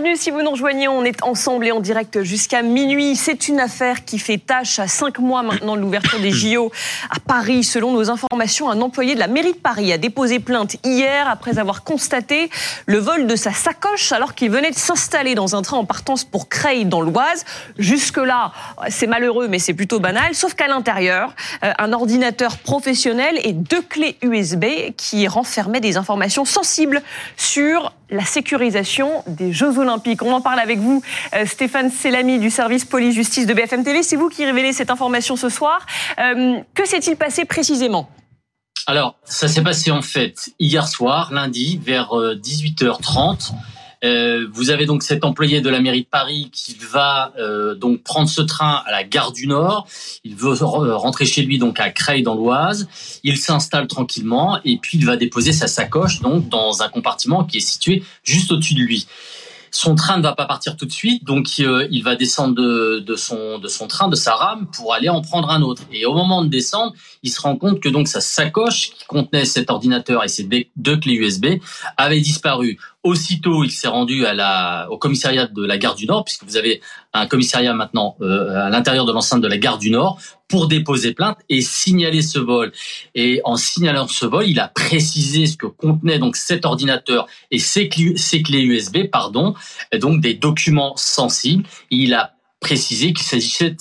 Bienvenue si vous nous rejoignez, on est ensemble et en direct jusqu'à minuit. C'est une affaire qui fait tâche à 5 mois maintenant de l'ouverture des JO à Paris. Selon nos informations, un employé de la mairie de Paris a déposé plainte hier après avoir constaté le vol de sa sacoche alors qu'il venait de s'installer dans un train en partance pour Creil dans l'Oise. Jusque-là, c'est malheureux mais c'est plutôt banal, sauf qu'à l'intérieur, un ordinateur professionnel et 2 clés USB qui renfermaient des informations sensibles sur la sécurisation des Jeux Olympiques. On en parle avec vous, Stéphane Selami du service police-justice de BFM TV. C'est vous qui révélez cette information ce soir. Que s'est-il passé précisément ? Alors, ça s'est passé en fait hier soir, lundi, vers 18h30. Vous avez donc cet employé de la mairie de Paris qui va donc prendre ce train à la gare du Nord. Il veut rentrer chez lui donc à Creil dans l'Oise. Il s'installe tranquillement et puis il va déposer sa sacoche donc dans un compartiment qui est situé juste au-dessus de lui. Son train ne va pas partir tout de suite, donc il va descendre de son train, de sa rame, pour aller en prendre un autre. Et au moment de descendre, il se rend compte que donc sa sacoche qui contenait cet ordinateur et ses 2 clés USB avait disparu. Aussitôt, il s'est rendu au commissariat de la gare du Nord, puisque vous avez un commissariat maintenant à l'intérieur de l'enceinte de la gare du Nord, pour déposer plainte et signaler ce vol. Et en signalant ce vol, il a précisé ce que contenait donc cet ordinateur et ses clés USB, et donc des documents sensibles. Et il a précisé qu'il s'agissait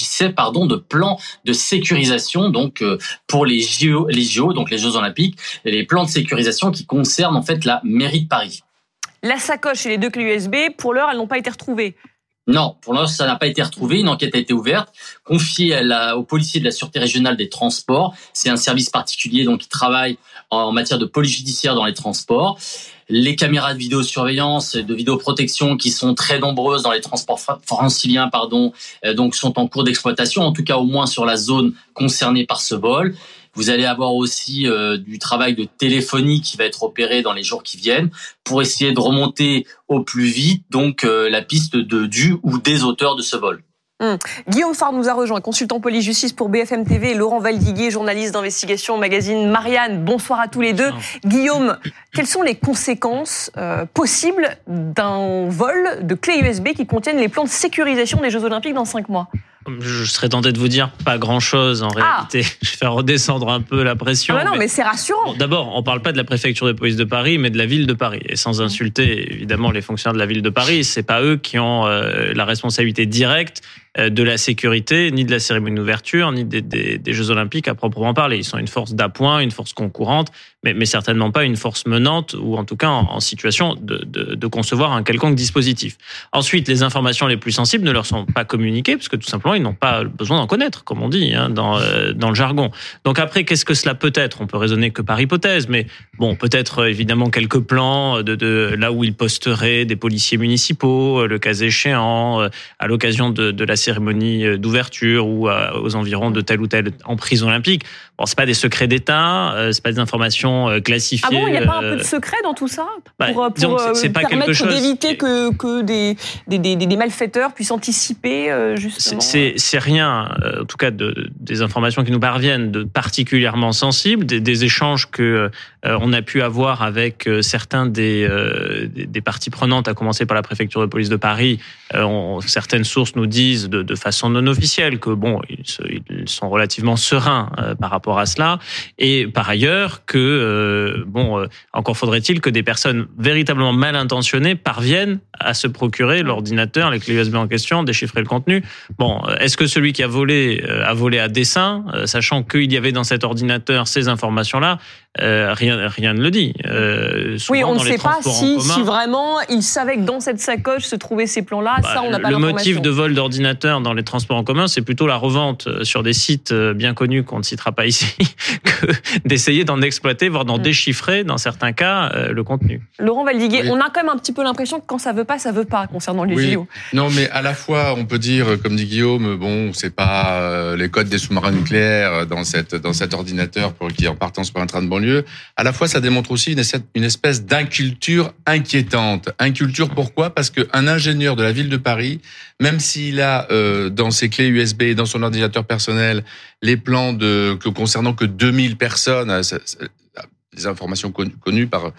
de plans de sécurisation donc pour les JO, donc les Jeux Olympiques, et les plans de sécurisation qui concernent en fait la mairie de Paris. La sacoche et les 2 clés USB, pour l'heure, elles n'ont pas été retrouvées. Non, pour l'heure, ça n'a pas été retrouvé. Une enquête a été ouverte, confiée aux policiers de la Sûreté régionale des transports. C'est un service particulier donc qui travaille en matière de police judiciaire dans les transports. Les caméras de vidéosurveillance, de vidéoprotection qui sont très nombreuses dans les transports franciliens, donc sont en cours d'exploitation, en tout cas au moins sur la zone concernée par ce vol. Vous allez avoir aussi du travail de téléphonie qui va être opéré dans les jours qui viennent pour essayer de remonter au plus vite donc la piste du ou des auteurs de ce vol. Guillaume Faure nous a rejoint, consultant police-justice pour BFM TV, et Laurent Valdiguier, journaliste d'investigation au magazine Marianne. Bonsoir à tous les deux. Guillaume, quelles sont les conséquences possibles d'un vol de clés USB qui contiennent les plans de sécurisation des Jeux Olympiques dans 5 mois ? Je serais tenté de vous dire pas grand-chose en réalité. Je vais faire redescendre un peu la pression. Ah bah non, mais c'est rassurant. Bon, d'abord, on parle pas de la préfecture de police de Paris, mais de la ville de Paris. Et sans insulter évidemment les fonctionnaires de la ville de Paris, c'est pas eux qui ont la responsabilité directe de la sécurité, ni de la cérémonie d'ouverture, ni des Jeux Olympiques à proprement parler. Ils sont une force d'appoint, une force concourante, mais certainement pas une force menante, ou en tout cas en situation de concevoir un quelconque dispositif. Ensuite, les informations les plus sensibles ne leur sont pas communiquées, parce que tout simplement, ils n'ont pas besoin d'en connaître, comme on dit dans le jargon. Donc après, qu'est-ce que cela peut être ? On peut raisonner que par hypothèse, mais bon, peut-être évidemment quelques plans de là où ils posteraient des policiers municipaux, le cas échéant, à l'occasion de la cérémonie d'ouverture ou aux environs de telle ou telle emprise olympique. Bon, c'est pas des secrets d'État, c'est pas des informations classifiées. Ah bon, il n'y a pas un peu de secret dans tout ça pour c'est pas permettre quelque chose d'éviter que des malfaiteurs puissent anticiper justement. C'est rien, en tout cas des informations qui nous parviennent de particulièrement sensibles, des échanges que on a pu avoir avec certains des parties prenantes, à commencer par la préfecture de police de Paris. Certaines sources nous disent de façon non officielle que bon, ils sont relativement sereins par rapport à cela, et par ailleurs que encore faudrait-il que des personnes véritablement mal intentionnées parviennent à se procurer l'ordinateur, les clés USB en question, déchiffrer le contenu. Bon, est-ce que celui qui a volé à dessein, sachant qu'il y avait dans cet ordinateur ces informations-là? Rien ne le dit. Oui, on ne sait pas si vraiment il savait que dans cette sacoche se trouvaient ces plans-là. Ça, on n'a pas l'information. Le motif de vol d'ordinateur dans les transports en commun, c'est plutôt la revente sur des sites bien connus qu'on ne citera pas ici, que d'essayer d'en exploiter, voire d'en déchiffrer, dans certains cas, le contenu. Laurent Valdiguier, oui. On a quand même un petit peu l'impression que quand ça veut pas concernant les JO. Non, mais à la fois, on peut dire, comme dit Guillaume, bon, c'est pas les codes des sous-marins nucléaires dans cet ordinateur qui est en partance pour un train de banlieue. À la fois, ça démontre aussi une espèce d'inculture inquiétante. Inculture, pourquoi ? Parce qu'un ingénieur de la ville de Paris, même s'il a dans ses clés USB et dans son ordinateur personnel les plans concernant que 2000 personnes, des informations connues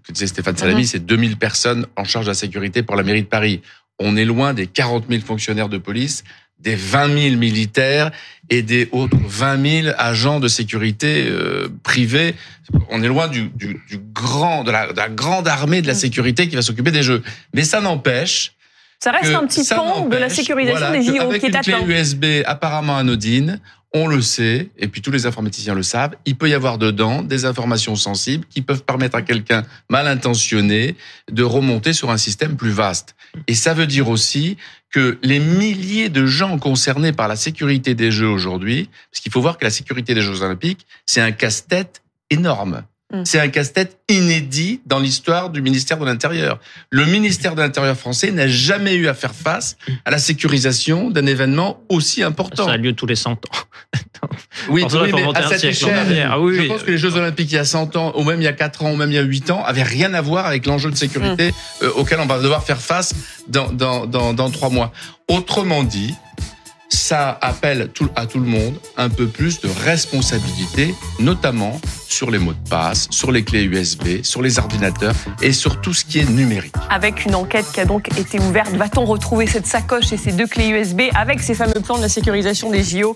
que disait Stéphane Salami, c'est 2000 personnes en charge de la sécurité pour la mairie de Paris. On est loin des 40 000 fonctionnaires de police, des 20 000 militaires et des autres 20 000 agents de sécurité privés. On est loin de la grande armée de la sécurité qui va s'occuper des Jeux. Mais ça n'empêche... Ça reste un petit pan de la sécurisation des JO qui est atteint. Avec une clé USB apparemment anodine, on le sait, et puis tous les informaticiens le savent, il peut y avoir dedans des informations sensibles qui peuvent permettre à quelqu'un mal intentionné de remonter sur un système plus vaste. Et ça veut dire aussi que les milliers de gens concernés par la sécurité des Jeux aujourd'hui, parce qu'il faut voir que la sécurité des Jeux Olympiques, c'est un casse-tête énorme. C'est un casse-tête inédit dans l'histoire du ministère de l'Intérieur. Le ministère de l'Intérieur français n'a jamais eu à faire face à la sécurisation d'un événement aussi important. Ça a lieu tous les 100 ans. Oui, mais à cette échelle, je pense que les Jeux Olympiques il y a 100 ans, ou même il y a 4 ans, ou même il y a 8 ans, avaient rien à voir avec l'enjeu de sécurité auquel on va devoir faire face dans 3 mois. Autrement dit, ça appelle à tout le monde un peu plus de responsabilité, notamment sur les mots de passe, sur les clés USB, sur les ordinateurs et sur tout ce qui est numérique. Avec une enquête qui a donc été ouverte, va-t-on retrouver cette sacoche et ces 2 clés USB avec ces fameux plans de la sécurisation des JO ?